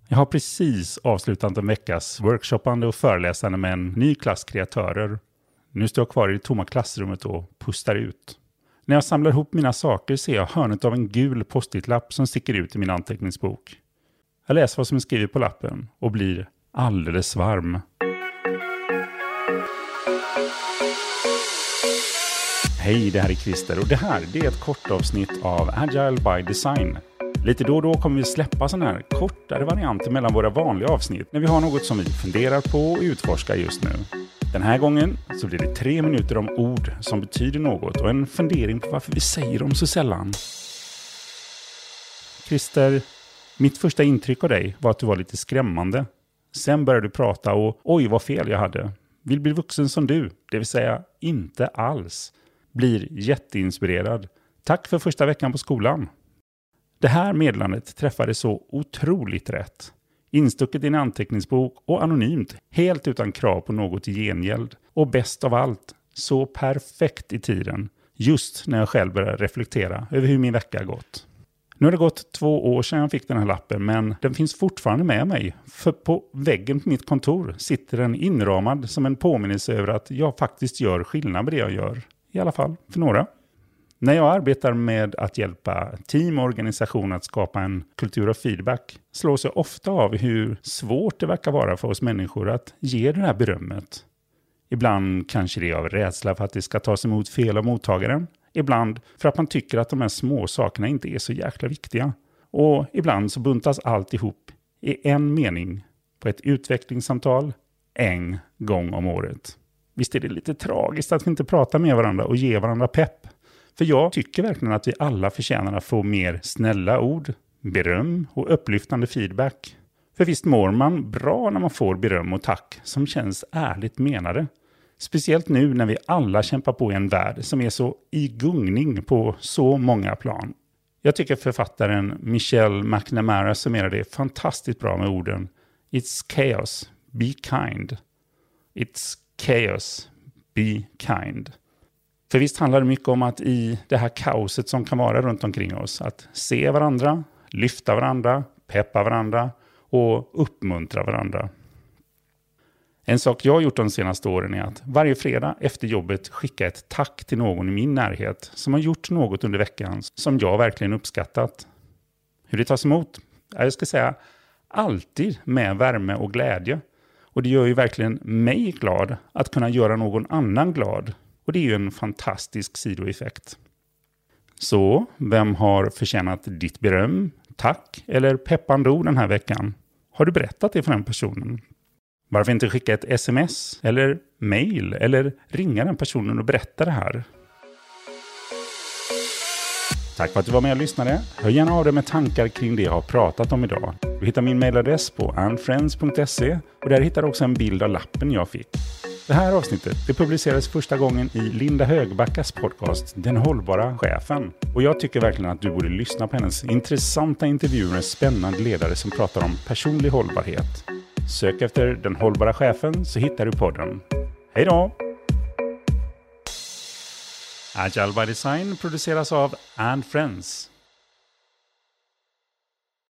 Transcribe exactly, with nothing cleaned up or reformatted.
Jag har precis avslutat en veckas workshoppande och föreläsande med en ny klass kreatörer. Nu står jag kvar i det tomma klassrummet och pustar ut. När jag samlar ihop mina saker ser jag hörnet av en gul post-it-lapp som sticker ut i min anteckningsbok. Jag läser vad som är skrivet på lappen och blir alldeles varm. Hej, det här är Christer och det här det är ett kort avsnitt av Agile by Design. Lite då och då kommer vi släppa sådana här kortare varianter mellan våra vanliga avsnitt när vi har något som vi funderar på och utforskar just nu. Den här gången så blir det tre minuter om ord som betyder något och en fundering på varför vi säger dem så sällan. Christer, mitt första intryck av dig var att du var lite skrämmande. Sen började du prata och oj vad fel jag hade. Vill bli vuxen som du, det vill säga inte alls. Blir jätteinspirerad. Tack för första veckan på skolan. Det här meddelandet träffade så otroligt rätt. Instucket i en anteckningsbok och anonymt, helt utan krav på något i gengäld. Och bäst av allt, så perfekt i tiden. Just när jag själv började reflektera över hur min vecka har gått. Nu har det gått två år sedan jag fick den här lappen, men den finns fortfarande med mig. För på väggen på mitt kontor sitter den inramad som en påminnelse över att jag faktiskt gör skillnad med det jag gör. I alla fall för några. När jag arbetar med att hjälpa team och organisation att skapa en kultur av feedback slås jag ofta av hur svårt det verkar vara för oss människor att ge det här berömmet. Ibland kanske det är av rädsla för att det ska tas emot fel av mottagaren. Ibland för att man tycker att de här små sakerna inte är så jäkla viktiga. Och ibland så buntas allt ihop i en mening på ett utvecklingssamtal en gång om året. Visst är det lite tragiskt att vi inte pratar med varandra och ger varandra pepp. För jag tycker verkligen att vi alla förtjänar att få mer snälla ord, beröm och upplyftande feedback. För visst mår man bra när man får beröm och tack som känns ärligt menade. Speciellt nu när vi alla kämpar på i en värld som är så i gungning på så många plan. Jag tycker författaren Michelle McNamara summerar det fantastiskt bra med orden It's chaos, be kind. It's chaos, be kind. För visst handlar det mycket om att i det här kaoset som kan vara runt omkring oss, att se varandra, lyfta varandra, peppa varandra och uppmuntra varandra. En sak jag har gjort de senaste åren är att varje fredag efter jobbet skicka ett tack till någon i min närhet som har gjort något under veckan som jag verkligen uppskattat. Hur det tas emot? Jag ska säga alltid med värme och glädje. Och det gör ju verkligen mig glad att kunna göra någon annan glad. Och det är ju en fantastisk sidoeffekt. Så, vem har förtjänat ditt beröm, tack eller peppande ord den här veckan? Har du berättat det för den personen? Varför inte skicka ett sms eller mail eller ringa den personen och berätta det här? Tack för att du var med och lyssnade. Hör gärna av dig med tankar kring det jag har pratat om idag. Du hittar min mailadress på anfriends punkt se och där hittar du också en bild av lappen jag fick. Det här avsnittet det publicerades första gången i Linda Högbackas podcast Den hållbara chefen. Och jag tycker verkligen att du borde lyssna på hennes intressanta intervjuer med spännande ledare som pratar om personlig hållbarhet. Sök efter Den hållbara chefen så hittar du podden. Hej då! Agile by Design produceras av And Friends.